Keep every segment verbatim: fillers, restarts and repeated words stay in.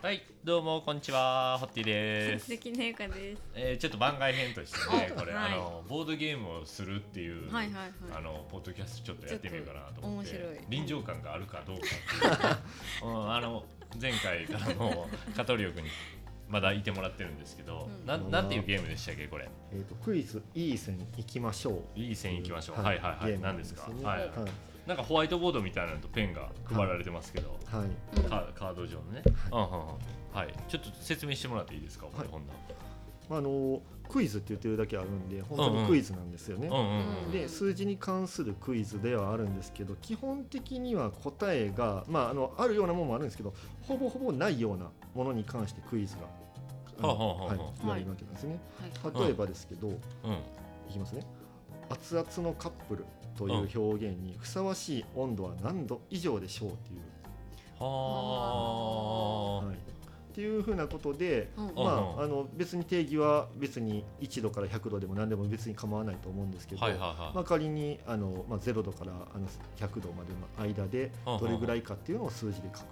はい、どうもこんにちは、ホッティです。 関根ゆかです。 えー、ちょっと番外編としてね、これ、 はい、 あのボードゲームをするっていう、 はいはいはい、 あのポッドキャストちょっとやってみようかなと思って、 面白い臨場感があるかどうかっていう、うん、あの前回からのカトリオ君にまだいてもらってるんですけど、うん、な, なんていうゲームでしたっけこれ？ えーと、クイズいい線いきましょう。 いい線いきましょう。はいはいはい。何ですか？はい、はい。なんかホワイトボードみたいなのとペンが配られてますけど、はい、カ, カード上のね、はい、うんうんうん、はい、ちょっと説明してもらっていいですか？これ、はい、 あのクイズって言ってるだけあるんで本当にクイズなんですよね。で数字に関するクイズではあるんですけど、基本的には答えが、まあ、あのあるようなものもあるんですけど、ほぼほぼないようなものに関してクイズが、はい、言われるわけなんですね。はい、例えばですけど、うん、いきますね。熱々のカップルという表現にふさわしい温度は何度以上でしょうっていう、は、はい、っていうふうなことで、うん、まあ、あの別に定義は別にいちどからひゃくどでも何でも別に構わないと思うんですけど、はいはいはい、まあ、仮にあの、まあ、ゼロどからあのひゃくどまでの間でどれぐらいかっていうのを数字で書く。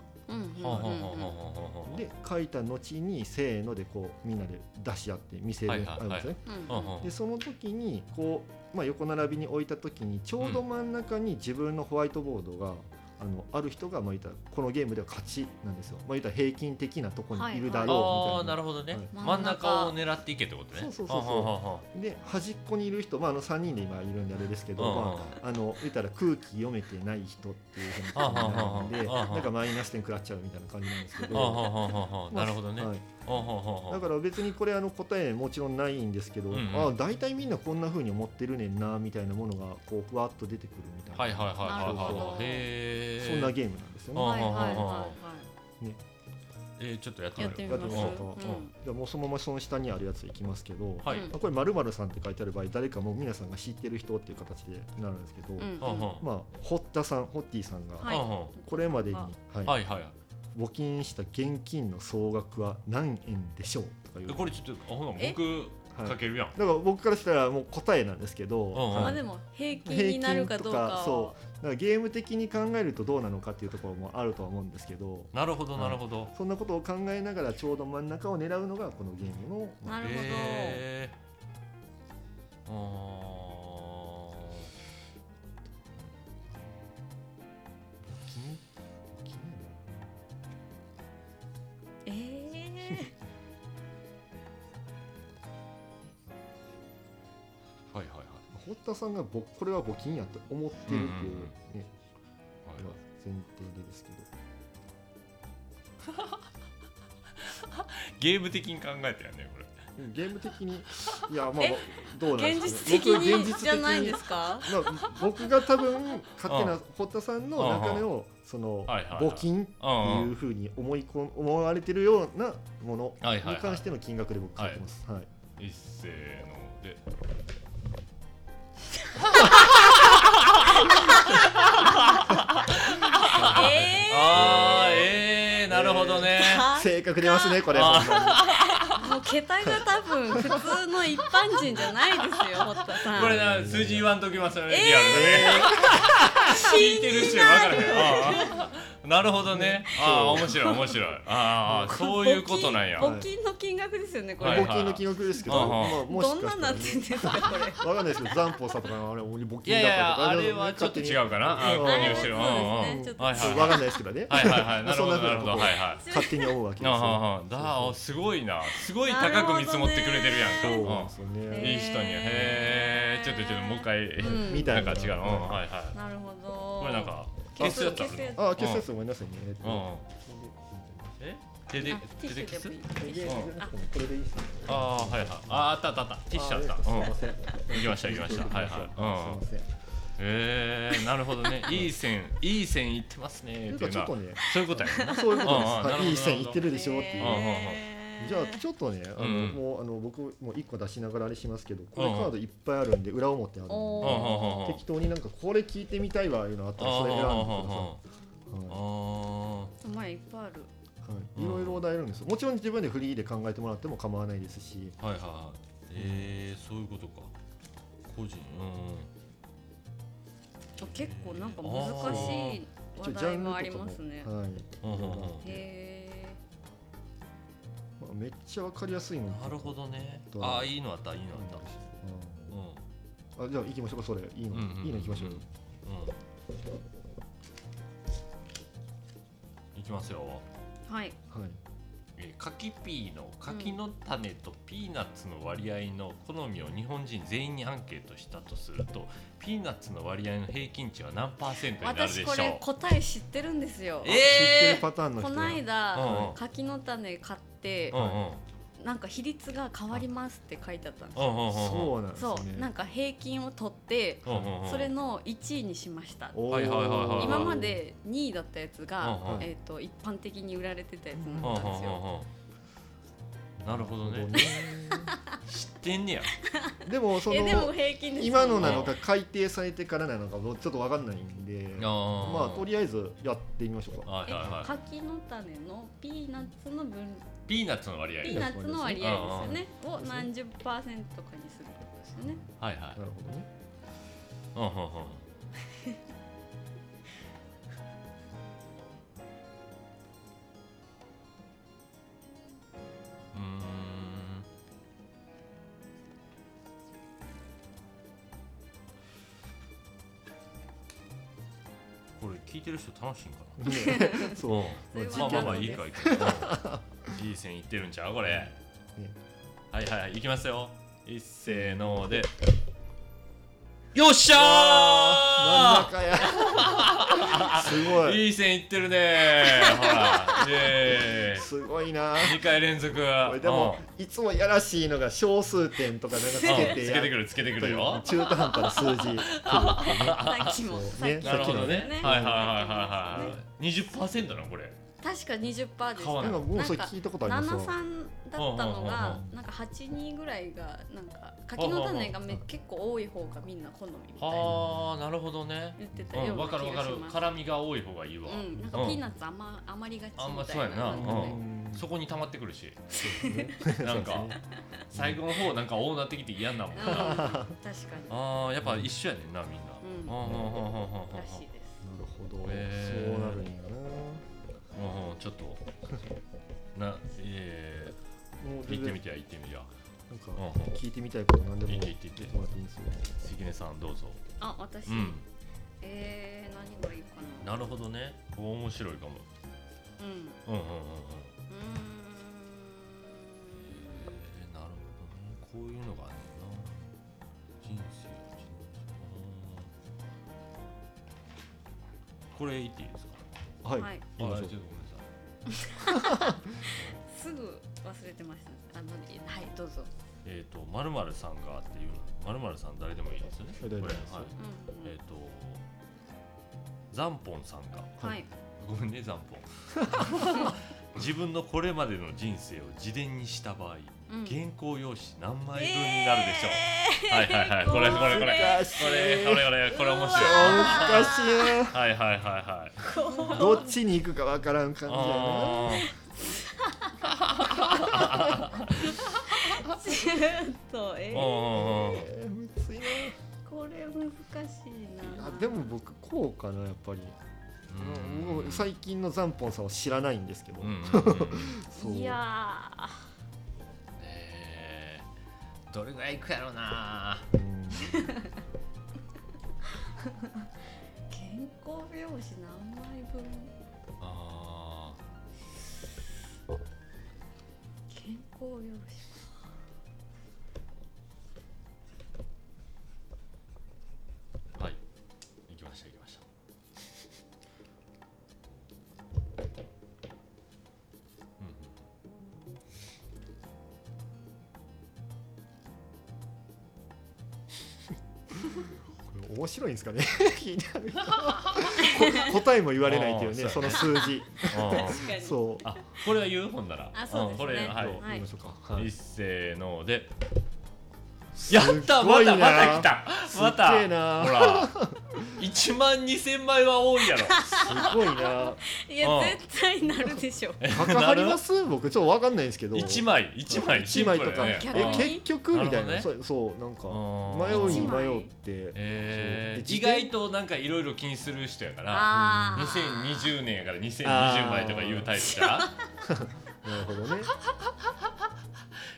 で書いた後にせーのでこうみんなで出し合って見せる、はいはいはい、あるんですね。でその時にこう、まあ、横並びに置いた時にちょうど真ん中に自分のホワイトボードがあのある人が、まあ、言ったらこのゲームでは勝ちなんですよ。まあ、言ったら平均的なところにいるだろうみたいな、はいはい、 あ、なるほどね、はい、真ん中を狙っていけってことね。 そうそうそうそうで端っこにいる人、まあ、あのさんにんで今いるんであれですけど、まあ、あの言ったら空気読めてない人っていうふうになるんでなんかマイナス点食らっちゃうみたいな感じなんですけどなるほどね、 はい、だから別にこれあの答えもちろんないんですけど、うんうん、あ大体みんなこんな風に思ってるねんなみたいなものがこうふわっと出てくるみたいな、はいはいはいはい、へー、そんなゲームなんですよね。はいはいはいはい、ね、 えー、ちょっとやってみますか。うん、もうそのままその下にあるやついきますけど、はい、まあ、これ〇〇さんって書いてある場合誰かもう皆さんが知ってる人っていう形でなるんですけど、うん、まあ堀田さんホッティさんがこれまでに、はいはいはい、募金した現金の総額は何円でしょうとかいう。 これちょっとほな僕かけるやん、 はい、だから僕からしたらもう答えなんですけど、 はい、まあでも平均になるかどうかを、 そうだからゲーム的に考えるとどうなのかっていうところもあるとは思うんですけど、 なるほどなるほど、はい、 そんなことを考えながらちょうど真ん中を狙うのがこのゲームの、 まあ、なるほど、えー、あえーはいはいはい、 堀田さんがぼこれは募金やと思ってるっていう、ね、うん、はい、前提でですけどゲーム的に考えたよねこれ。 ゲーム的にいやまあどうなんですか、現実的にじゃないですか。 まあ、僕が多分勝手な堀田さんの中のその募金っていうふうに思いこ思われてるようなものに関しての金額で僕書いてます。はいはいはい、 一斉のでえー、 あー、えー、なるほどね。 正確出ますねこれ。 もう桁が多分普通の一般人じゃないですよ堀田さん。 これな数字言わんときますよね、えー、リアルでね。聞いてる人分からへん。なるほどね。ああ面白い面白い。ああそういうことなんや。 募金の金額ですよねこれ。 募金の金額ですけど、まあ、 もしかしたら、ね、どんななってんですかこれ。 わかんないですけど残宝さんとかあれ募金だったとか。いやいやあれはちょっと違うかな。ああ購入してる。 わかんないですけどね。 はいはいはい。なるほどなるほど。はいはい。 勝手に思うわけですよ。 だあすごいな。すごい高く見積もってくれてるやんか。そうですよね。いい人に。へえ。ちょっとちょっともう一回みたいな違うの。はいはい。 なるほど。 これなんか。消すやつあるの？あ、消すやつごめんなさいね。 え？手で手で消す？これでいいですね。 ああはいはい。ああったあったあった。ティッシュあった。うん。行きました行きました。はいはい。うん。ええなるほどね。いい線いい線いってますねっていうのはそういうことやね。 そういうことです。いい線いってるでしょっていう。じゃあちょっとね、あの、うん、もうあの僕もう一個出しながらあれしますけど、これカードいっぱいあるんで裏表あるんで、適当になんかこれ聞いてみたいわいうのあったらそれ選んでください。 ああ、前いっぱいある。 はい、いろいろお題あるんですよ。もちろん自分でフリーで考えてもらっても構わないですし。 はいはいはい。えー、そういうことか。個人。 うん。結構なんか難しい話題もありますね。 はい。 へめっちゃわかりやすいの。 なるほどね。ああいいのあったいいのあった。 うん、あじゃあ行きましょうかそれいいの、うんうんうん、いいの行きましょうよ。うん、 行きますよ。 はい。 はい。 えー、柿ピーの柿の種とピーナッツの割合の好みを日本人全員にアンケートしたとすると、ピーナッツの割合の平均値は何パーセントになるでしょう。 私これ答え知ってるんですよ。 えー、 知ってるパターンの人。 この間、 うんうん、 柿の種買って、 うんうん、 なんか比率が変わりますって書いてあったんですよ。 そうなんですね。 そうなんか平均を取って、 うんうんうん、 それのいちいにしました。 はいはいはいはい、 今までにいだったやつが、うんうん、えーと、一般的に売られてたやつだったんですよ。 うんうんうんうん、なるほどね。知ってんねや。 でもそのえでも平均です、ね、 今のなのか改定されてからなのかちょっと分かんないんで、あまあとりあえずやってみましょうか。 はいはいはい、 柿の種のピーナッツの分ピーナッツの割合ピーナッツの割合ですよねを何十パーセントかにするってことですよね。 はいはい。 なるほどね。 うんうんうん。これ聞いてる人楽しいんかな。ね、そう。まあまあまあいいかいいか。いい線いってるんちゃうこれ。ね、はいはいはい行きますよ。一せーので。よっしゃー。 真ん中や。すごい。 いい線いってるね。ほら。イエーイ。 すごいな。 にかい連続。 でもいつもやらしいのが小数点とかなんかつけてつけてくるつけてくるよ。 中途半端な数字くるってね。 さっきもね。 なるほどね。はいはいはいはいはい。にじゅっパーセント なこれ。 確か にじゅっパーセント です。 なんかもうそれ聞いたことありますよ。 ななさんだったのがなんかはちにぐらいがなんか柿の種がめ結構多い方がみんな好みみたいな。 ああなるほどね。 言ってたような気がします。 わかるわかる。辛みが多い方がいいわ。 うん。なんかピーナッツ余余りがちみたいな。 あんまそうやな。うん。そこに溜まってくるし。なんか最後の方なんか多なってきて嫌なもんな。確かに。 ああやっぱ一緒やねんなみんな。うん。 らしいです。 なるほど。そうなるんやな。 うんちょっとなえー、行ってみてや行ってみてやなんか聞いてみたいこと何でも言って言って言ってもらっていいんですよ。 関根さんどうぞ。 あ私、うん、えー、何がいいかな。 なるほどね。面白いかも。うんうんうんうんうん。うーん、えー、なるほどね。こういうのがあるな。人生人生これ言っていいですか。 はい、はい、 言いましょう。ちょっとごめんなさい。 すぐ忘れてました。あのはいどうぞ。 えっ、ー、とまるまるさんがっていうまるまるさん誰でもいいですよね。これはい。えっ、ー、とザンポンさんが、 はい、 ごめんねザンポン。自分のこれまでの人生を自伝にした場合、うん、原稿用紙何枚分になるでしょう。えー、はいはいはい。これこれこれこれこれこれこれ面白い。 難しいな。 はいはいはいはい。 どっちに行くかわからん感じやな。 ちょっとえー、むずいな。 これ難しいな。 いやでも僕こうかなやっぱり。もう最近のザンポンさんは知らないんですけど。 そういやー、 えー、どれぐらいいくやろうな。 健康用紙何枚分。 あ健康用紙。 はい、行きました行きました。 面白いんですかね。答えも言われないというね、その数字。そう。 あ、これは言う本なら。 あ、そうですね。 これはい。 言いましょうか。 一せーので。やったまたまた来た。また。ほら。一万二千枚は多いやろ。 すごいな。 いや絶対なるでしょ。 かかります？僕ちょっとわかんないんですけど。 一枚一枚一枚とか。え結局みたいな。そうなんか迷いに迷って。 意外となんかいろいろ気にする人やから。にせんにじゅうねんやからにせんにじゅうまいとかいうタイプじゃ。 なるほどね。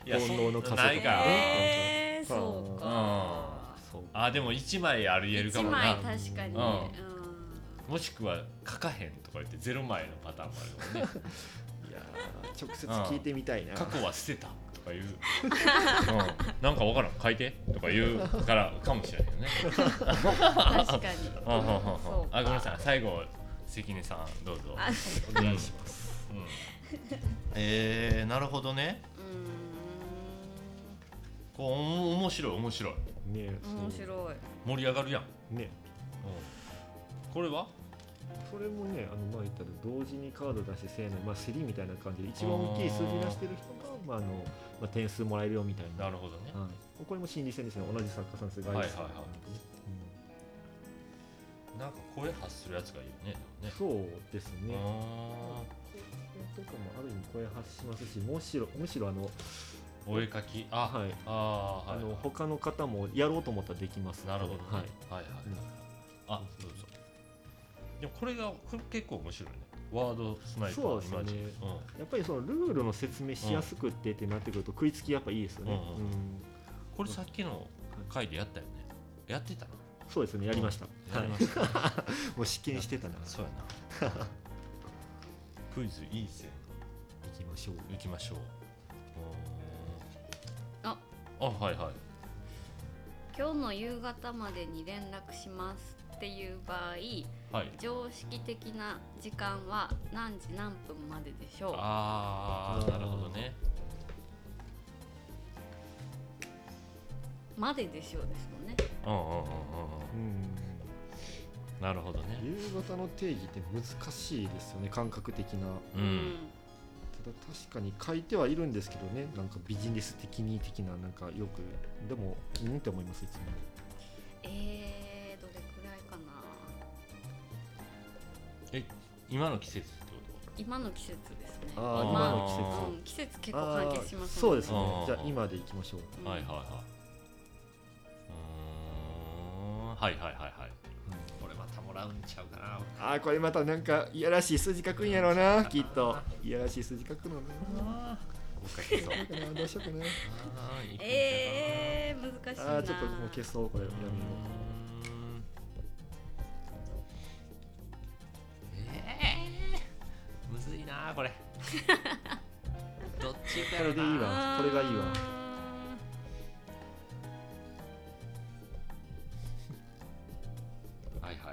煩悩の加速ないかえー、そうかあでもいちまいありえるかもな。 いちまい確かに、うんうん、もしくは書かへんとか言ってゼロまいのパターンもあるもんねいや直接聞いてみたいな、 うん、過去は捨てたとか言う、うん、なんかわからん書いてとか言うからかもしれないよね確かにあ、ごめんなさい、最後関根さんどうぞお願いします、うんうん、 えー、なるほどね。 うーんこう面白い面白いね、 面白い盛り上がるやんね、 うん、これはそれもね、あのまあ言ったら同時にカード出してせーの、まあ、競りみたいな感じで一番大きい数字出してる人が、まああのまあ、点数もらえるよみたいな。 なるほどね、 はい、これも心理戦ですね。同じ作家さんですが、 はいはいはい、うん、なんか声発するやつがいいよ ね, ねそうですね。 あとかもある意味声発しますし、むしろむしろあのお絵描き、あ、 はい、 あ、はい、 あの他の方もやろうと思ったらできます。 なるほど、ね、 はい、 はいはい、うん、あ、どうぞ。でもこれがこれ結構面白いね。ワードスナイパーそうですね、うん、やっぱりそのルールの説明しやすくってってなってくると食いつきやっぱいいですよね、うんうんうん、 これさっきの回でやったよね。やってたな。 そうですね、やりました、 うん、やりました、ね、 もう試験してたな。 そうやなクイズいい線行きましょう行きましょう。 ああ、はいはい。 今日の夕方までに連絡しますっていう場合、はい、常識的な時間は何時何分まででしょう。 ああ、なるほどね。 まででしょうですもんね。 うんうんうんうんうん。なるほどね。 夕方の定義って難しいですよね、感覚的な。 うん。 ただ確かに書いてはいるんですけどね、なんかビジネス的に的ななんかよくでもうんって思いますいつも。 えー、どれくらいかな。 え、今の季節ってこと？ 今の季節ですね。 ああ、今の季節、 うん、季節結構関係しますね。 そうですね。じゃあ今でいきましょう。 うん、はいはいはい。うーん、はいはいはいはい。これまたもらうんちゃうかな。 ああ、これまたなんかいやらしい数字書くんやろうな、きっと。いやらしい数字書くのね。 ああ、もう一回消そう。 どうしようかな。 えー、難しいな。 ああ、ちょっともう消そうこれ。やめよう。 むずいなこれどっちかこれでいいわ、これがいいわ。 はいはいはい、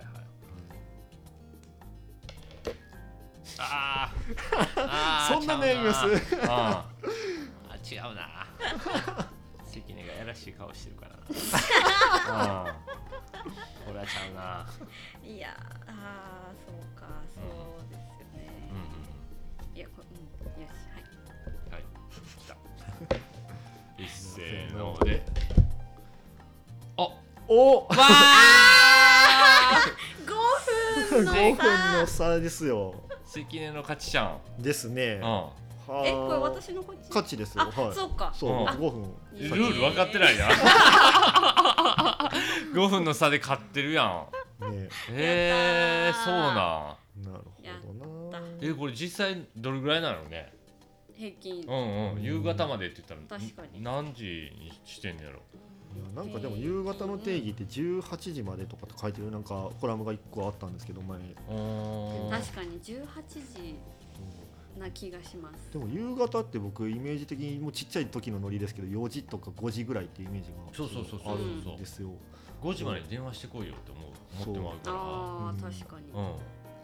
ああそんな悩みますああ違うな関根がやらしい顔してるからなあこれはちゃうな。 いやあーそうか、そうですよね、うんうん、いやこ、うん、よし、はいはい来た一斉のであおわーごふんの差ごふんの差ですよ。 関根の勝ちじゃんですね、うん、 はえ、これ私の勝ち勝ちですよ。 あ、はい、そうか、 そう、うん、ごふんルール分かってないなごふんの差で勝ってるやん、ね、えー、そうな。 なるほどな。 え、これ実際どれぐらいなのね。 平均。 うんうん。夕方までって言ったら確かに何時にしてんのやろ。 いやなんかでも夕方の定義ってじゅうはちじまでとかって書いてるなんかコラムがいっこあったんですけど前。 確かにじゅうはちじな気がします。 でも夕方って僕イメージ的にもうちっちゃい時のノリですけどよじとかごじぐらいっていうイメージがあるんですよ。 ごじまでに電話してこいよって思う思ってもらうから。 ああ、確かに。 うん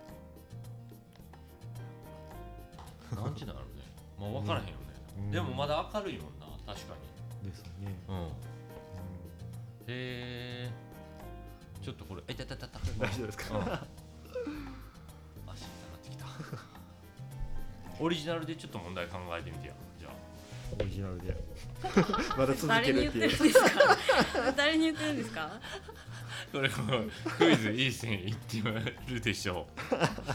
何時なのね。まあ分からへんよね。でもまだ明るいもんな、確かに。ですね。 うん。へえ。ちょっとこれ、えたたたた。 大丈夫ですか。足痛なってきた。オリジナルでちょっと問題考えてみてや。じゃあ。 オリジナルで。まだ続けるっていう。 誰に言ってるんですか。 これクイズいい線いって言われるでしょう。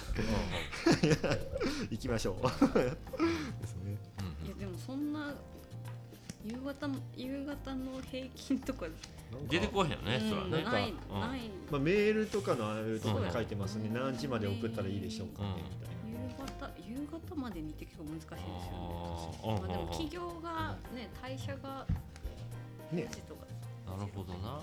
行きましょう。ですね。 いやでもそんな夕方夕方の平均とか出てこへんよね。そらね。 ないない。 まあメールとかのああいうところに書いてますね。何時まで送ったらいいでしょうかねみたいな。 夕方夕夕方までにって結構難しいですよね。まあ、でも企業がね、退社がよじとか、 ね、なるほどな。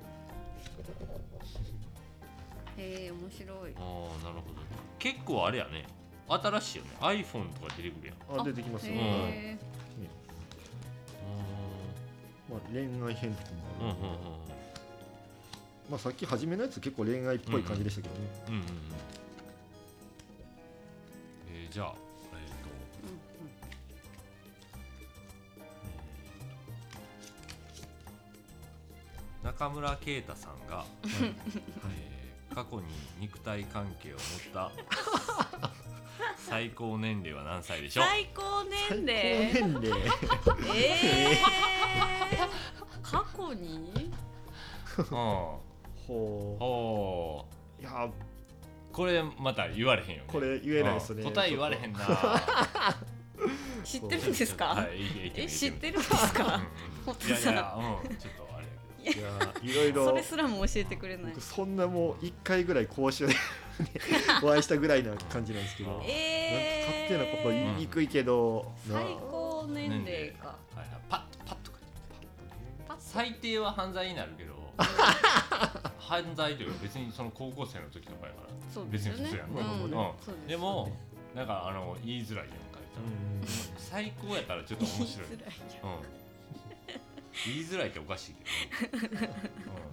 えー、面白い。 ああ、なるほど。結構あれやね、新しいよね。iPhone とか出てくるやん。 あ、出てきますよ。 へー、まあ、恋愛編とかもある、うんうんうん、まあ、さっき初めのやつ結構恋愛っぽい感じでしたけどね。うんうんうんうん、 えー、じゃあ、えーとうんうんえー、中村圭太さんが、はい、えー、過去に肉体関係を持った最高年齢は何歳でしょう。 最高年齢最高年齢えー、過去にほうほう、いやこれまた言われへんよね。 これ言えないですね。 答え言われへんな。 知ってるんですか。 はい、 え、知ってるんですか。 本当さん、いやいや、うん、ちょっとあれやけど。 いや、いろいろそれすらも教えてくれない。 そんなもう一回ぐらい講習でお会いしたぐらいな感じなんですけど、 えー、 勝手なこと言いにくいけど、 最高年齢か。 はいはい、パッパッとかパッ最低は犯罪になるけど犯罪というか別にその高校生の時とかやから別に普通やんね。でもなんかあの言いづらいやんか、うん、最高やったらちょっと面白い。言いづらいっておかしいけど、ね、うん、でもなん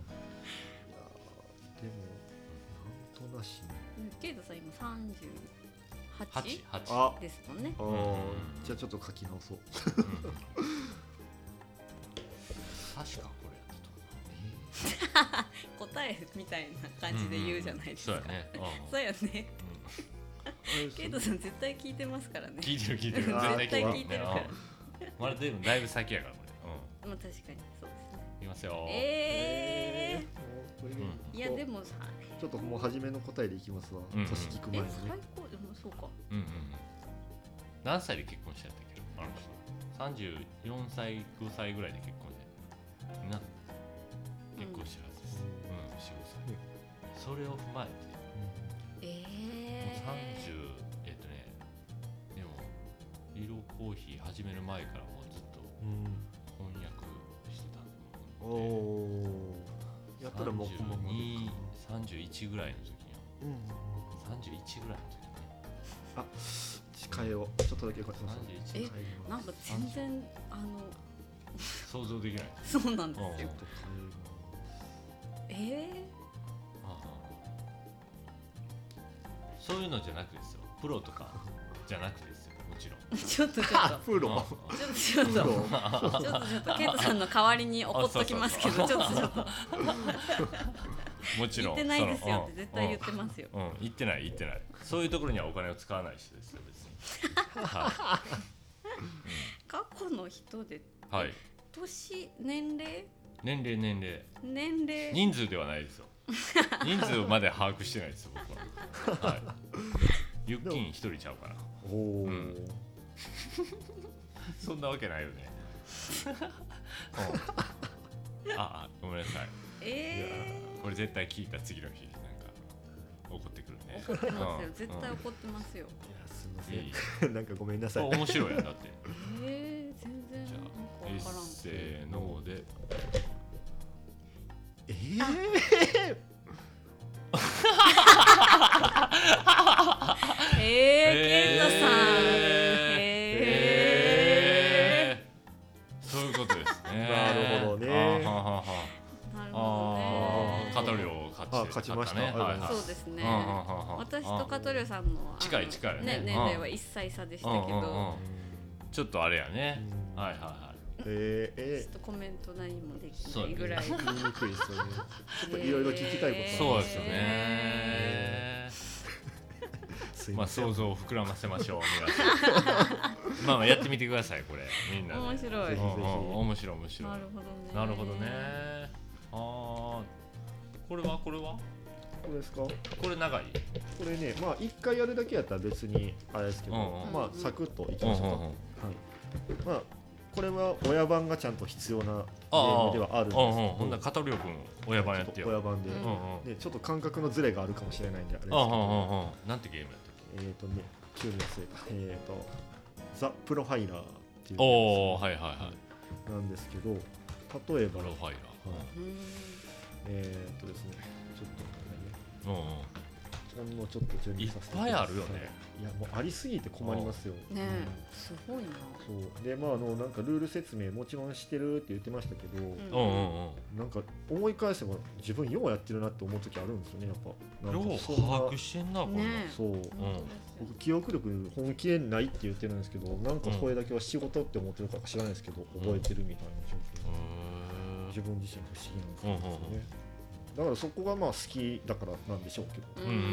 となしケイトさん今さんじゅうはちですもんね。 あ、うん、じゃあちょっと書き直そう。うん、確かこれ答えみたいな感じで言うじゃないですか。 うんうん、そうやね。 そうよね。ケイトさん絶対聞いてますからね。 聞いてる聞いてる。絶対聞いてるから。まだでもだいぶ先やからこれ。うん。まあ確かにそうですね。 いきますよ。 ええー。いやでもさ、 ちょっともう初めの答えでいきますわ。年聞く前にね。 最高でもそうか。 うんうん。何歳で結婚したんだっけ？あの人。三十四歳ごさいぐらいで結婚してな。結婚してるはずです。うん、よん、ごさい。それを踏まえて、 ええー、もうさんじゅう、えっとね、でも色コーヒー始める前からもうずっと翻訳してたんで、 うん、おー、やったらもうこのに、さんじゅういちぐらいの時には、うん、さんじゅういちぐらいの時にね、 あ、近いをちょっとだけこっちます。 え、なんか全然あの想像できない。 そうなんですよ。えー、 ああ、そういうのじゃなくですよ、プロとかじゃなくてですよ、もちろん。 ちょっとちょっとプロちょっとちょっとちょっとちょっとケイトさんの代わりに怒っときますけど、ちょっとちょっともちろん言ってないですよって絶対言ってますよ。 うん、うん、言ってない言ってない。そういうところにはお金を使わない人ですよ別に。はい、 過去の人で、 はい、 年年齢年齢年齢年齢人数ではないですよ。人数まで把握してないですよ僕は。はい。ユッキン一人ちゃうから。おお、うん。そんなわけないよね。ああ、ごめんなさい。 えー、これ絶対聞いた次の日なんか怒ってくるね。 怒ってますよ、絶対怒ってますよ。 いや、すみません。いいなんかごめんなさい。 面白いやんだって。 えー、全然。 じゃあ、えっせーので。 えー、 えー、ケイトさん、えー、そういうことですね。 なるほどね。 なるほどね。 カトリオ勝ちましたね。 そうですね。私とカトリオさんの近い近いね。 年齢はいっさい差でしたけど、 ちょっとあれやね。はいはいはい。 えーえー、ちょっとコメント何もできないぐらい言いにくいですよね。ちょっといろいろ聞きたいことそうですよね。まあ想像を膨らませましょう皆さん。まあまあやってみてくださいこれみんなで。 面白い。 面白い面白い。 なるほどね。 なるほどね。ああ、これはこれは？ これですか？ これ長い？ これね、まあ一回やるだけやったら別にあれですけど、まあサクッといきましょうか。はい。まあ。これは親番がちゃんと必要なゲームではあるんですけど、 ほんならカトリオ君親番やってよ。 親番で、でちょっと感覚のズレがあるかもしれないんであれですけど、 なんてゲームやったっけ？えっとね、 急に忘れたえっ、ー、とザ・プロファイラーっていう、 おーはいはいはい、 なんですけど、例えばプロファイラー、はい、 えっ、ー、とですねちょっとね、うんうんほんのちょっと準備させていっぱいあるよね。 いやもうありすぎて困りますよ。 ね、うん、すごいな。 そうでまああのなんかルール説明もちろんしてるって言ってましたけど、うんうんうん、 なんか思い返せば自分ようやってるなって思う時あるんですよねやっぱ。 よう把握してんなこんな、ね、 そう、うん、僕記憶力本気でないって言ってるんですけど、なんかそれだけは仕事って思ってるからか知らないですけど、うん、覚えてるみたいな状況、うん、自分自身不思議なんですよね。うんうんうん、だからそこがまあ好きだからなんでしょうけど、うんうん、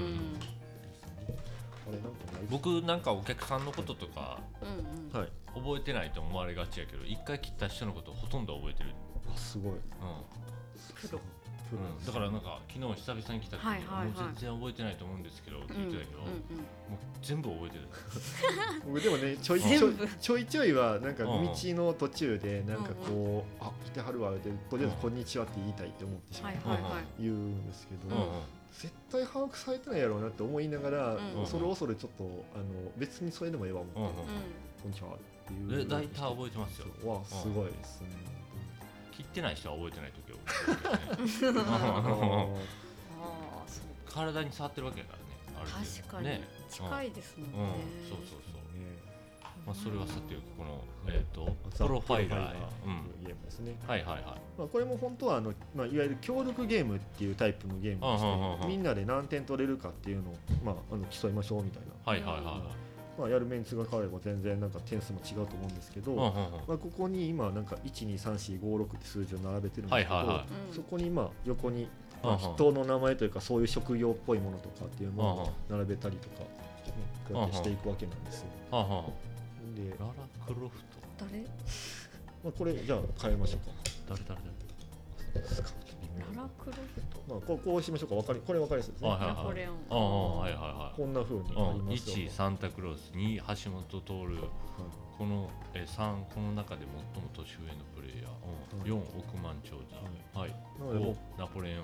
あれなんかない僕なんかお客さんのこととか、うんうん、覚えてないと思われがちやけど一回切った人のことほとんど覚えてる。 あすごい、うん、 プロうん、だからなんか昨日久々に来た時に、はいはいはい、もう全然覚えてないと思うんですけどって言ってたけど、うんうんうん、もう全部覚えてる僕でもねちょいちょいちょいちょいはなんか道の途中でなんかこう、うんうん、あ来てはるわってとりあえずこんにちはって言いたいって思ってしまう、うん、言うんですけど、うんうん、絶対把握されてないやろうなって思いながら、うんうん、それ恐れちょっとあの別にそれでもええわ思って、うんうん、こんにちはっていう大体覚えてますよ。 わすごいですね。 切ってない人は覚えてない時は覚えてる、ね、あ体に触ってるわけだからね。 あれ確かに、ね、近いですもんね、うんうん、 そうそうそう、ね、まあ、それはさておきこの、えー、とプロファイラーというゲームですね、はいはいはい、まあ、これも本当はあの、まあ、いわゆる協力ゲームっていうタイプのゲームでして、うんうんうん、みんなで何点取れるかっていうのを、まあ、あの競いましょうみたいな、はいはいはい、まあ、やるメンツが変われば全然なんか点数も違うと思うんですけど、うんうんうん、まあ、ここに今なんかいちにさんしごろくって数字を並べてるんですけど、はいはいはい、そこにまあ横にまあ人の名前というかそういう職業っぽいものとかっていうのを並べたりとか、ね、こうやってしていくわけなんですよ。でララクロフト誰、 まあ、これじゃあ変えましょうか。 誰誰誰ララクロフト、 まあ、こう、こうしましょうか。わかりこれ分かりやすいですね。 ナポレオン、 ああ、はいはいはい、 こんな風にありますよ。 いちサンタクロース、に橋本徹、うん、このえさんこの中で最も年上のプレイヤー、うん、よん億万長者、はい、ごナポレオン、はい、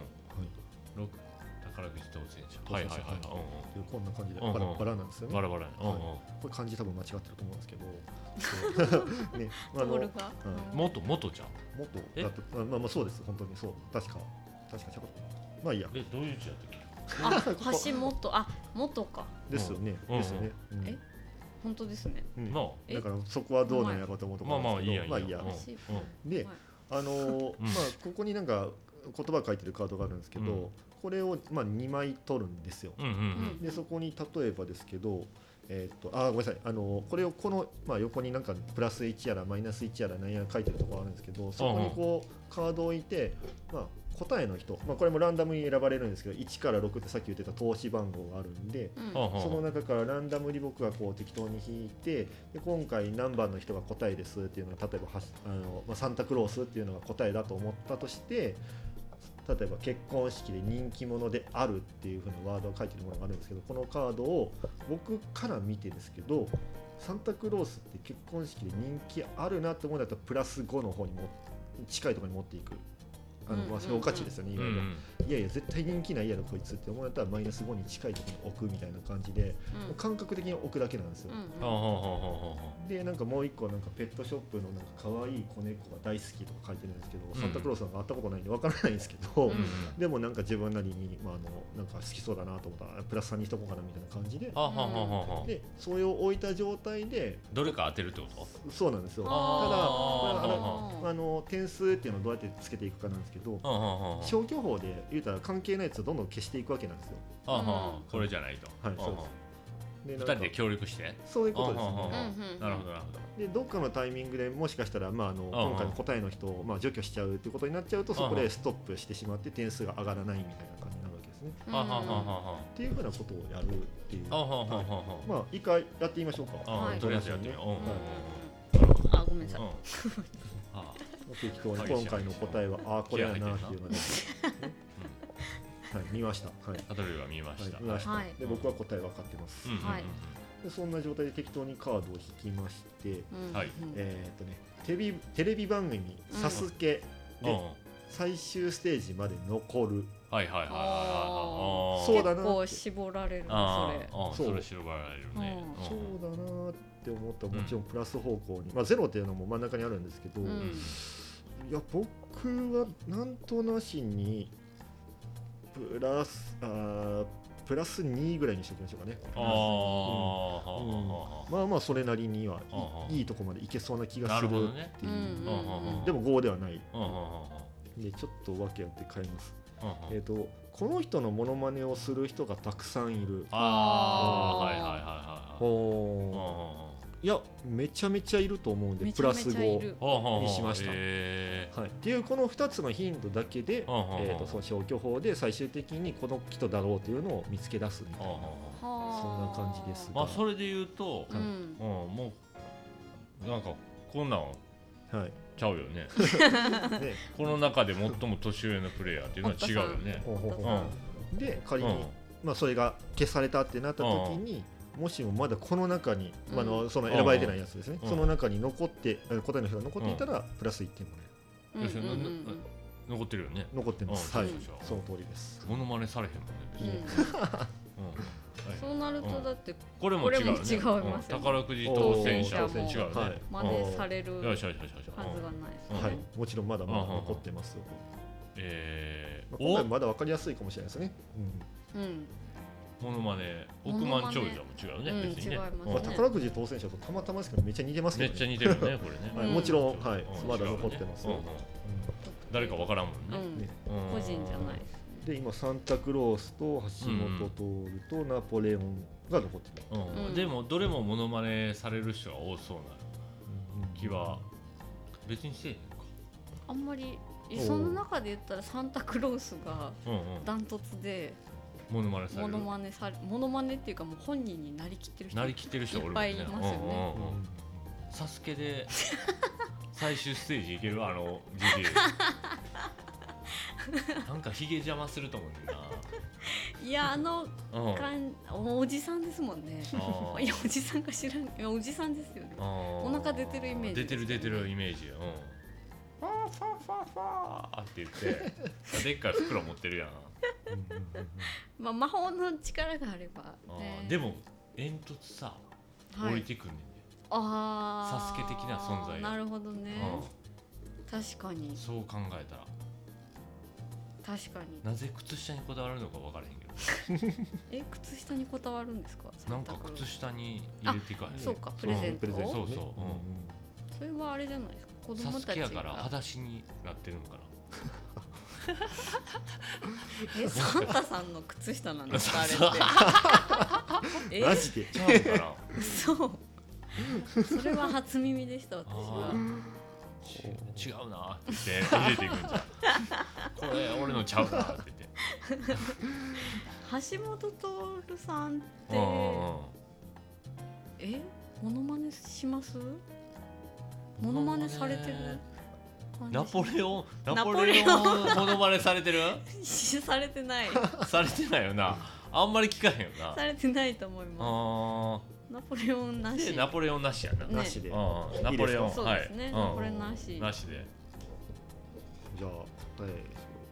ろく宝くじ当選者、はいはいはい、 うんうん、こんな感じでバラバラなんですよね。 バラバラ、うんうん、 これ漢字多分間違ってると思うんですけど、ね、あの、うん、 元元じゃん。 元だと、まあまあそうです本当にそう確か確かちゃうかまあいいや。 えどういう字やったっけ？ あ橋本あ元かですよね、うん、ですよね。 うん、え本当ですね。 うん、だからそこはどうなんやろうと思うところなんですけど、まあいいや。で、あのまあここになんか言葉書いてるカードがあるんですけど、うん、これをまあにまい取るんですよ。うんうんうん、でそこに例えばですけど、えー、っとあごめんなさいあのこれをこの、まあ、横になんかプラスいちやらマイナスいちやら何やら書いてるところあるんですけど、そこにこうカードを置いて、まあ答えの人、まあ、これもランダムに選ばれるんですけどいちからろくってさっき言ってた投資番号があるんで、うん、その中からランダムに僕がこう適当に引いてで今回何番の人が答えですっていうのが例えばはあの、まあ、サンタクロースっていうのが答えだと思ったとして例えば結婚式で人気者であるっていう風なワードが書いてるものがあるんですけどこのカードを僕から見てですけどサンタクロースって結婚式で人気あるなって思うんだったらプラスごの方にも近いところに持っていく。あのまあ評価値ですよね、いわゆる、うん、いやいや絶対人気ないやろこいつって思ったらマイナスごに近いところに置くみたいな感じで、うん、もう感覚的に置くだけなんですよ、うん、でなんかもう一個なんかペットショップのなんか可愛い子猫が大好きとか書いてるんですけど、うん、サンタクロースなんか会ったことないんで分からないんですけど、うん、でもなんか自分なりに、まあ、あのなんか好きそうだなと思ったらプラスさんにしとこうかなみたいな感じで、うん、でそれを置いた状態でどれか当てるってこと？ そうなんですよ。ただあのあの点数っていうのをどうやってつけていくかなんですけど消去法で言うたら関係ないやつをどんどん消していくわけなんですよ。 ああこれじゃないと。はい、そうです。ふたりで協力してそういうことですね。 なるほどなるほど。 でどっかのタイミングでもしかしたら、まあ、あの今回の答えの人を、まあ、除去しちゃうということになっちゃうとそこでストップしてしまって点数が上がらないみたいな感じになるわけですね。っていうふうなことをやるっていう。まあ一回やってみましょうか。 とりあえずやってみよう。あごめんなさい。 適当に今回の答えはああこれやなっていうので、はい見ました。はい。 アドリルは見ました。 見ました。で僕は答え分かってます。はい。でそんな状態で適当にカードを引きまして、はい。えっとねテレビテレビ番組サスケで最終ステージまで残るはいはいはいはい。そうだな。 結構絞られるねそれ。それ絞られるね。 そうだなって思ったらもちろんプラス方向に、まあゼロっていうのも真ん中にあるんですけど、いや僕はなんとなしにプラスあプラスにぐらいにしておきましょうかね。ああ、まあまあそれなりにはいいとこまでいけそうな気がするっていう。でもごではない。でちょっと訳あって変えます。えっとこの人のモノマネをする人がたくさんいる。 ああ、はいはいはいはい。 いやめちゃめちゃいると思うんでプラスごにしました。はい。っていうこのふたつのヒントだけで、えっとその消去法で最終的にこの人だろうというのを見つけ出すみたいなそんな感じですが。 まあそれで言うと、うんもうなんかこんなんはい。ちゃうよね。この中で最も年上のプレイヤーっていうのは違うよね。 で仮に、まあそれが消されたってなった時に、もしもまだこの中に、あのその選ばれてないやつですね。その中に残って答えの人が残っていたらプラスいってんもらえる。 残ってるよね。 残ってます。はい。その通りです。 モノマネされへんもんね。 そうなるとだってこれも違うね。宝くじ当選者も違うね。 真似されるはずがないです。 はい。もちろんまだまだ残ってます。ええ。今回まだわかりやすいかもしれないですね。うん。 モノマネ億万長者も違うね。別にね。 宝くじ当選者とたまたまですけどめっちゃ似てますね。 めっちゃ似てるねこれね。 もちろんはいまだ残ってます。 誰かわからんもんね。 個人じゃない。 で今サンタクロースと橋本徹とナポレオンが残ってる、 うん、でもどれもモノマネされる人が多そうな気は別にせえへんか。 あんまりその中で言ったらサンタクロースがダントツでモノマネされる。 モノマネされモノマネっていうかもう本人になりきってる人なりきってる人いっぱいいますよね。 サスケで最終ステージいけるあのジジイ。なんかヒゲ邪魔すると思うんだな。 いやあのかんおじさんですもんね。いやおじさんか知らん。いやおじさんですよね。お腹出てるイメージ。 出てる出てるイメージ。うん。ファーファーファーファーって言ってでっかい袋持ってるやん。 まあ魔法の力があれば。 でも煙突さ降りてくんねんで。ああ。サスケ的な存在。 なるほどね。確かに。 そう考えたら。 確かに。 なぜ靴下にこだわるのか分からへんけど。 え、靴下にこだわるんですか。 なんか靴下に入れていかへん。 そうか、プレゼント。 そうそう。うん。 それはあれじゃないですか。子供たちが。 サスケやから裸足になってるのかな。 え、サンタさんの靴下なんですかあれって。 マジで。 ちゃうかな。 そう。それは初耳でした私は。 違うなって言って入れていくんじゃん。これ俺のちゃうなって言って。 橋本徹さんってえモノマネします？モノマネされてる？ ナポレオンナポレオンモノマネされてる？ されてない。 されてないよな。あんまり聞かへんよな。 されてないと思います。ナポレオンなし。 ナポレオンなしやな。 なしで。 ナポレオンそうですね。ナポレオンなし。 なしで。 じゃあ答え。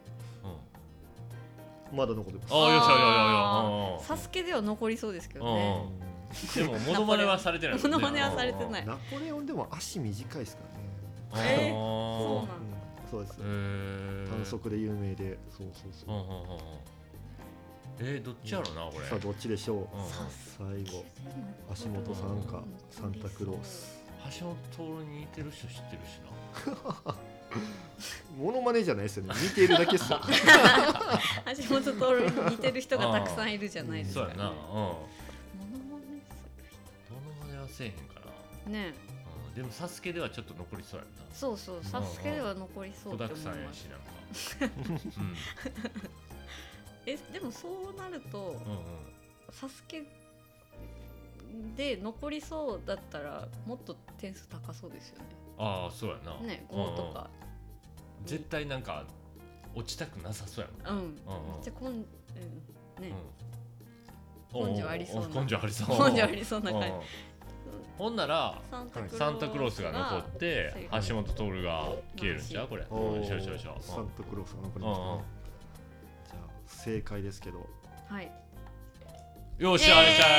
まだ残ってます。 ああよしよよよ。 サスケでは残りそうですけどね。 でもモノマネはされてない。 モノマネはされてない。 ナポレオンでも足短いですからね。え、そうなんだ。 そうです。短足で有名で、そうそうそう。 えー、どっちやろなこれ。 さあどっちでしょう。最後橋本さんかサンタクロース。 橋本徹に似てる人知ってるしな。 モノマネじゃないですよね。似てるだけっすよ。 橋本徹に似てる人がたくさんいるじゃないですか。 そうやな。モノマネする人。モノマネはせえへんかな。ね。 でもサスケではちょっと残りそうやな。 そうそう、サスケでは残りそうって思います。 子だくさんやしなんか。 え、でもそうなると、サスケで残りそうだったらもっと点数高そうですよね。 ああ、そうやな。 ね、ごとか。 絶対なんか落ちたくなさそうやもん。 うん。めっちゃこん、うん、ね。根性ありそうな。 根性ありそう。 根性ありそうな感じ。 ほんならサンタクロースが残って橋本徹が消えるんちゃうこれ。 よしよしよし。サンタクロースが残りました。じゃあ正解ですけど。 はい。 よっしゃよっしゃ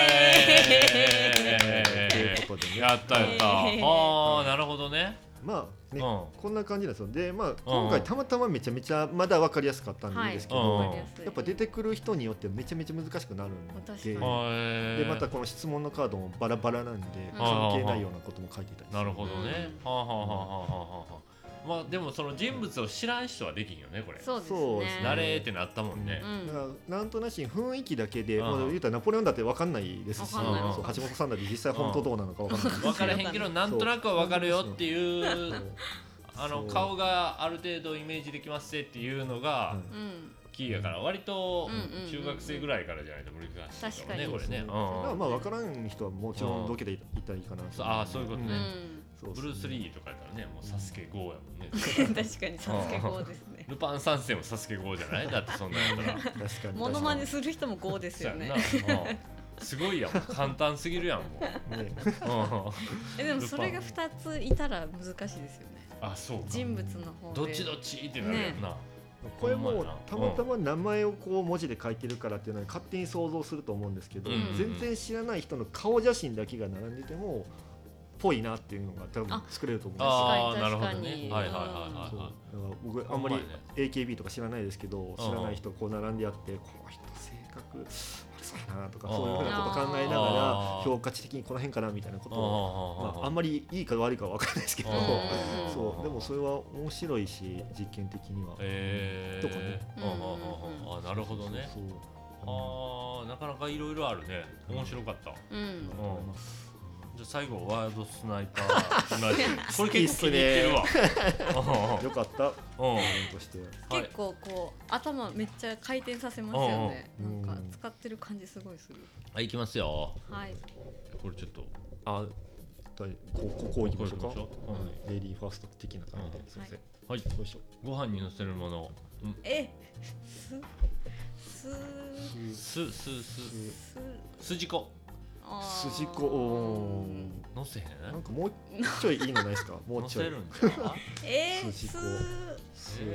ということでね。 やったやった。ああなるほどね。 まあね、 うん、 こんな感じなんですよ。で、まあ今回たまたまめちゃめちゃまだ分かりやすかったんでいいですけど、はい、やっぱ出てくる人によってめちゃめちゃ難しくなるんで、でまたこの質問のカードもバラバラなんで関係ないようなことも書いていたりする。 なるほどね。はあはあはあはあはあ。まあでもその人物を知らん人はできんよねこれ。 そうですね。 誰ってなったもんね。 だからなんとなしに雰囲気だけで、もう言うたらナポレオンだって分かんないですし、そう橋本さんだって実際本当どうなのか分かんない。 分からへんけどなんとなくは分かるよっていうあの顔がある程度イメージできますっていうのがキーやから割と中学生ぐらいからじゃないと無理かしいかもねこれね。 まあ分からん人はもちろんどけていったらいいかな。 ああそういうことね。ブルース・リーとかやったらねもうサスケゴーやもんね。 確かにサスケゴーですね。 ルパン三世もサスケゴーじゃないだってそんなんやったら。 確かに。 モノマネする人もゴーですよね。 すごいやん簡単すぎるやんもう。 えでもそれがふたついたら難しいですよね。 あそうか。 人物の方で。 どっちどっちってなるやんな。 これもたまたま名前をこう文字で書いてるからっていうのは勝手に想像すると思うんですけど、全然知らない人の顔写真だけが並んでてもぽいなっていうのが多分作れると思うんですよ。 ああなるほどね。はいはいはいはい。 僕あんまり エーケービー とか知らないですけど、知らない人こう並んでやってこの人性格そうやなとかそういうふうなこと考えながら評価値的にこの辺かなみたいなことを、まああんまりいいか悪いかは分からないですけど、そうでもそれは面白いし実験的には。 ええ。 とかね。 ああなるほどね。ああなかなかいろいろあるね。面白かった。うん。じゃあ最後ワードスナイパーこれ結構気に入ってるわ。 よかった。 結構こう頭めっちゃ回転させますよね。なんか使ってる感じすごいする。 はい、行きますよ。 はい。 これちょっとあこここういきましょうか。レディーファースト的な感じで。すみません。 はい。どうしよう。ご飯にのせるもの。 え。すすすすすすじこ。 筋子をのせへんなんかもうちょいいいのないですかもうちょいのせるんじゃんえー、 筋子すす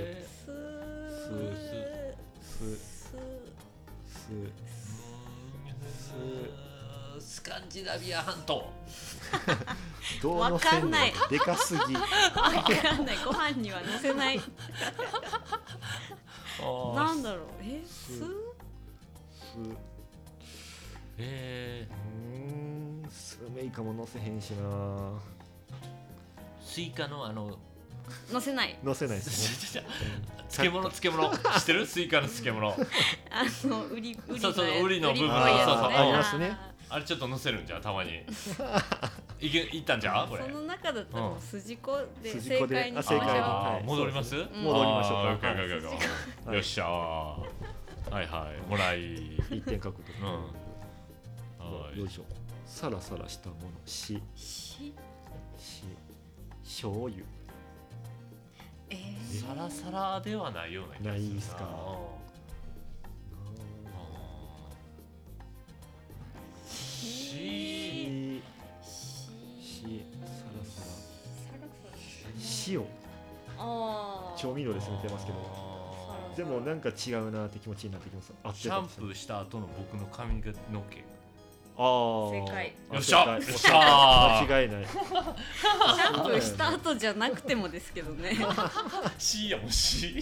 すスカンジナビア半島どうのせんのでかすぎわかんないご飯にはのせないなんだろうえすすえー、うんスルメイカものせへんしなスイカのあののせないのせないですね漬物漬物知ってるスイカの漬物あの売り売りそうそう売りの部分ありますねあれちょっとのせるんじゃんたまにいけいったんじゃんこれその中だったら筋子で正解に正解戻ります戻りましょうかよっしゃはいはいもらいいってん獲得よいしょサラサラしたものししし醤油えー、 サラサラではないようなないですかししサラサラ塩調味料で攻めてますけどでもなんか違うなって気持ちになってきますシャンプーした後の僕の髪の毛あ正解よっしゃよっしゃ間違いないシャンプーした後じゃなくてもですけどねしやもし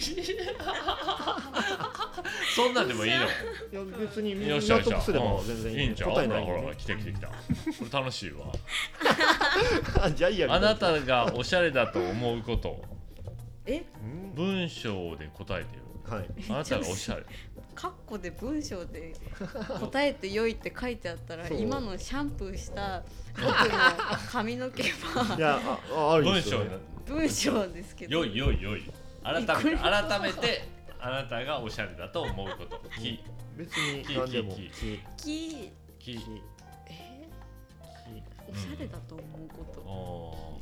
そんなんでもいいのいや別に納得すれば全然いいいいんちゃうほらほら来て来て来たこれ楽しいわジャイアンあなたがおしゃれだと思うことえ文章で答えてよはいあなたがおしゃれカッコで文章で答えてよいって書いてあったら今のシャンプーした僕の髪の毛はいやあある文章文章ですけどよいよいよい改めて改めてあなたがおしゃれだと思うことき別に何でもきききえおしゃれだと思うこと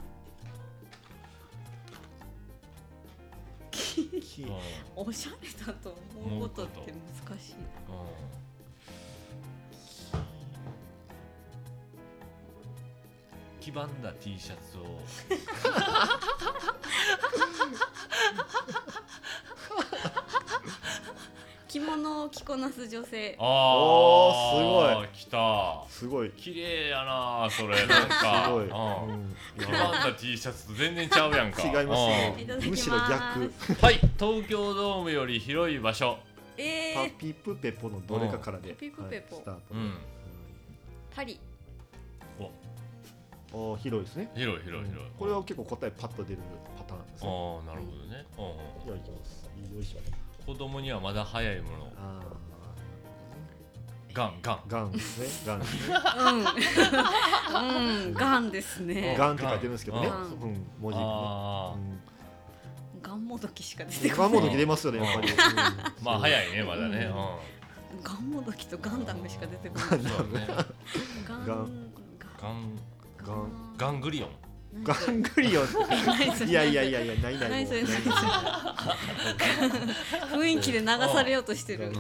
おしゃれだと思うことって難しいな。 黄ばんだ T シャツを着物物を着こなす女性。 ああ、 すごい。 来た。 すごい。 綺麗やなそれ。なんか。 すごい。 うん。黄ばんだ T シャツと全然ちゃうやんか。 違いますね。 いただきます。 むしろ逆。 はい、東京ドームより広い場所。 えー、 パピプペポのどれかからで、 パピプペポ、 はい、スタート、 うん、 パリ。 おお、広いですね。 広い広い広い、うん、 これは結構答えパッと出るパターンですね。 ああ、なるほどね。 うん、では行きます。よいしょ。 子供にはまだ早いもの。ああ、ガンガンガンですね。ガンですね。 うん、うん、ガンですね。 ガンって書いてるんですけどね。うん、文字ね。 ガンもどきしか出てこない。 ガンもどき出ますよね、やっぱり。 まあ早いね、まだね。 ガンもどきとガンダムしか出てこない。 ガンダム。 ガンガンガンガングリオン。 ガングリオン。いやいやいやいや、ないない。 雰囲気で流されようとしてる。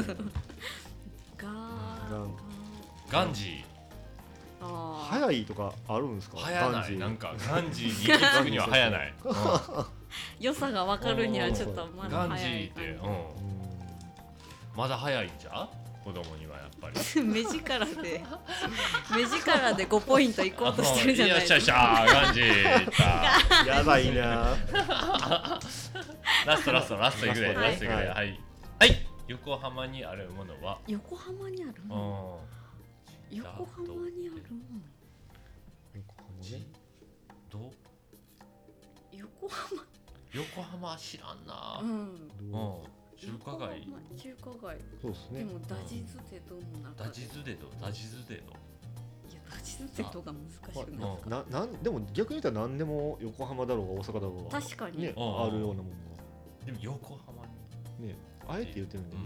ガンジー。 早いとかあるんですか？ 早ない。なんかガンジーに行き着くには早ない。 良さが分かるにはちょっとまだ早い。 ガンジーって、まだ早いんじゃ？子供にはやっぱり目力で目力でごポイントいこうとしてるじゃないですか。 よっしゃよっしゃガンジーやばいな。 ラストラストラストいくでラストいくで、はいはいはい。横浜にあるものは、 横浜にあるもの、横浜にあるもの、 横浜ね、 どう横浜横浜知らんな。 うんうん中華街。 中華街。 そうですね。 でもダジズデドの中で。 ダジズデド、ダジズデド。 いやダジズデドが難しくないですか。 な、なんでも逆に言ったら何でも横浜だろうが大阪だろうが。 確かに。 ね、あるようなものは。 でも横浜に。ね、あえて言ってるんで。ダ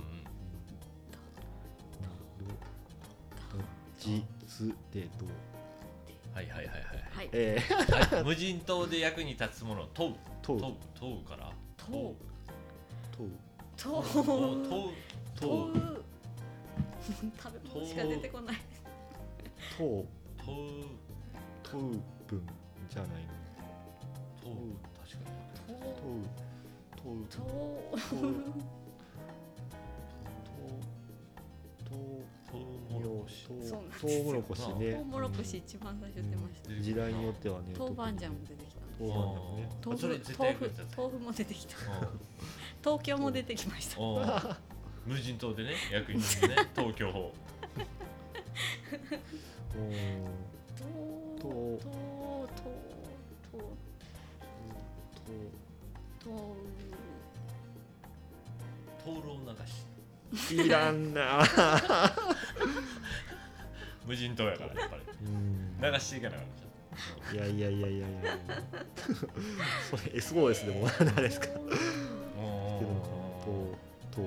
ジズデド。 はいはいはいはい。 はい。 ええ。無人島で役に立つもの、問う。問う。問うから。 問う。 問う。 問う。 問う。 問う。食べ物しか出てこない。 問う。 問う。 問う文じゃないの。 問う。確かに。 問う。問う。 問う。 問う。トウモロコシね。 トウモロコシ一番最初出ました。 時代によってはね。 豆板醤も出てきた。 豆板醤ね。 豆腐、豆腐も出てきた。東京も出てきました。 無人島でね、役に立つね、東京。と、 と、と、と、 灯籠流し。 いらんな。 無人島やからやっぱり。流していかなかった。 いやいやいやいやいや。それ エスオーエス でも何ですか。と、と、と。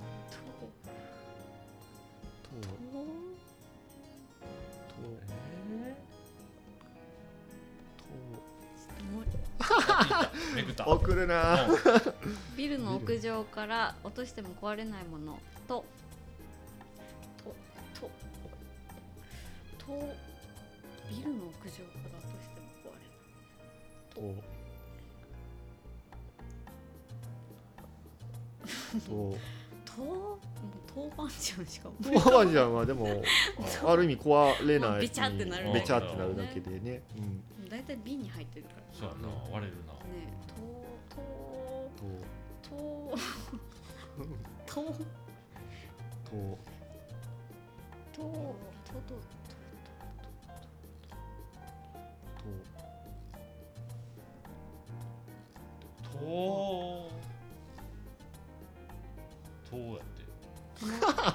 めくった。 送るな。 ビルの屋上から落としても壊れないものと、と、と、と、ビルの屋上から落としても壊れない。と、と、と、豆板醤しか思い浮かばない。 豆板醤はでもある意味壊れない。 べちゃってなる。 べちゃってなるだけでね。 だいたい瓶に入ってるから。 そうやな、割れるな。 ね、と、と、と、と、と、と、と、と、 と、とやって。こ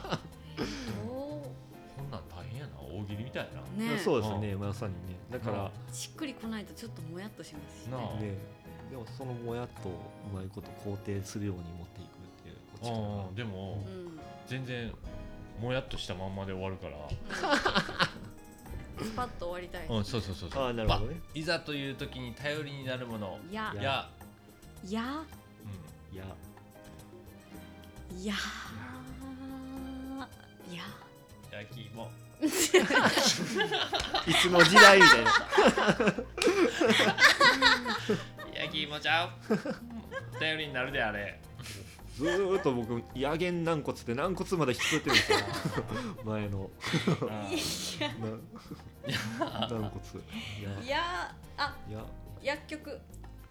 んなん大変やな、大喜利みたいな。 ね、 そうですね、まさにね。だからしっくりこないとちょっともやっとしますしね。 ね、でもそのもやっとうまいこと肯定するように持っていくっていうこっちかな。 でも、うん、全然もやっとしたまんまで終わるから。 スパッと終わりたい。 うん、そうそうそうそう。 あ、なるほどね。 いざという時に頼りになるもの。 や。 や。 や。 うん。や。 や。や。 焼き芋。 いつの時代みたいな。 焼き芋ちゃう。頼りになるであれ。 ずーっと僕野源軟骨って軟骨まで引きずってるんですよ前の軟骨いやあいや薬局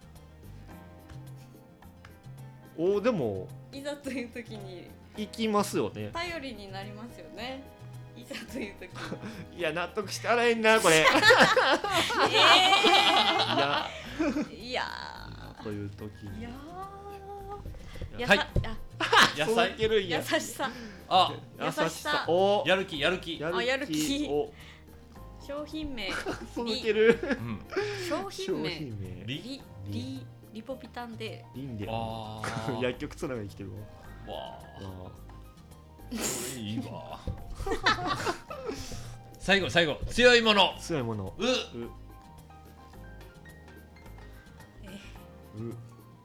おでもいざという時に行きますよね。 頼りになりますよね。いざという時いや納得してあらへんなこれ。えー、いやいやという時に。 いやはい。 野菜優しさ。 あ優しさ。 おやる気やる気。 あやる気。商品名。 続ける。 商品名。 リリリポビタンで。 リンデああ。薬局つながり来てるわ。 わあ。これいいわ。最後最後強いもの。 強いもの。 う。う。 う。う。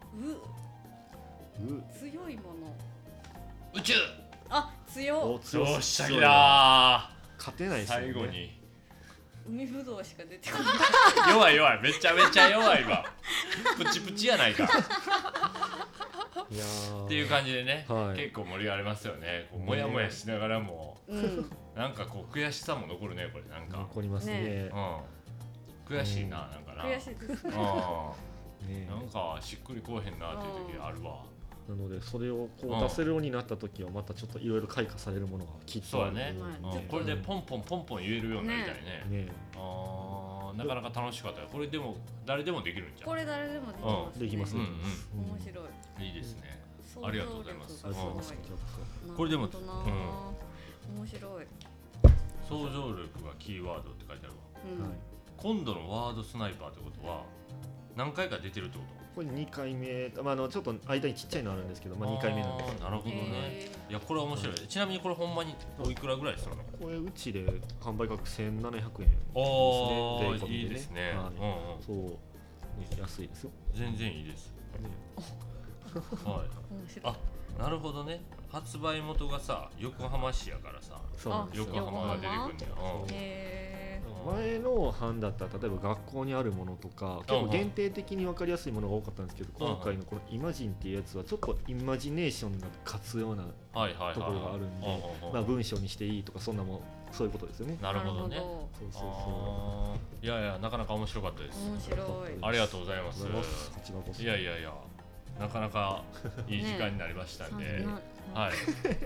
強いもの。 宇宙。 あ強。 強っしゃぎだ。 勝てないですよね。 最後に。 海ぶどうしか出てこない。 弱い弱いめちゃめちゃ弱いわ。プチプチやないか。 いやっていう感じでね、はい、結構盛り上がりますよね。こうもやもやしながらも、うん、なんかこう悔しさも残るねこれなんか。 残りますね。 うん、悔しいな、なんかな。 悔しいです。 うん、ね、なんかしっくりこうへんなっていう時あるわ。 なのでそれをこう出せるようになった時はまたちょっといろいろ開花されるものがきっとあるね。これでポンポンポンポン言えるようになりたいね。ねあなかなか楽しかったよ。これでも誰でもできるんじゃん。 これ誰でもできます、ね。 できますね。 面白い。 いいですね。ありがとうございます。 これでも、うん、面白い。 想像力がキーワードって書いてあるわ。うんはい、今度のワードスナイパーってことは何回か出てるってこと？ これにかいめ、まあ、あのちょっと間にちっちゃいのあるんですけど、まあ、にかいめなんです。 なるほどね。いやこれは面白い。ちなみにこれほんまにおいくらぐらいするの？ これうちで販売価格せんななひゃくえんですね。 おー、いいですね。 そう、安いですよ。 全然いいです。はい。あ、なるほどね。発売元がさ横浜市やからさ、横浜が出てくるんだよ。 前の版だったら例えば学校にあるものとか結構限定的に分かりやすいものが多かったんですけど、今回のこのイマジンっていうやつはちょっとイマジネーションが勝つようなところがあるんで、まあ文章にしていいとかそんなもそういうことですよね。 なるほどね。 そうそうそう。 いやいやなかなか面白かったです。 面白い。 ありがとうございます。 こちらこそ。 いやいやいや。なかなかいい時間になりましたんで、ね、はい。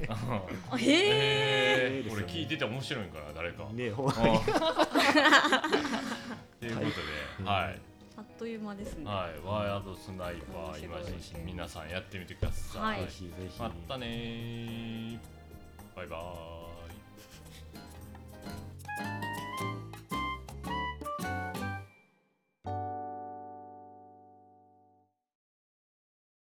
ええー、これ聞いてて面白いんかな誰か。 ね、ほんまに。 ということで、はい。 あっという間ですね。 はい、ワードスナイパーイマジン皆さんやってみてください。 はい、 またねー。バイバーイ。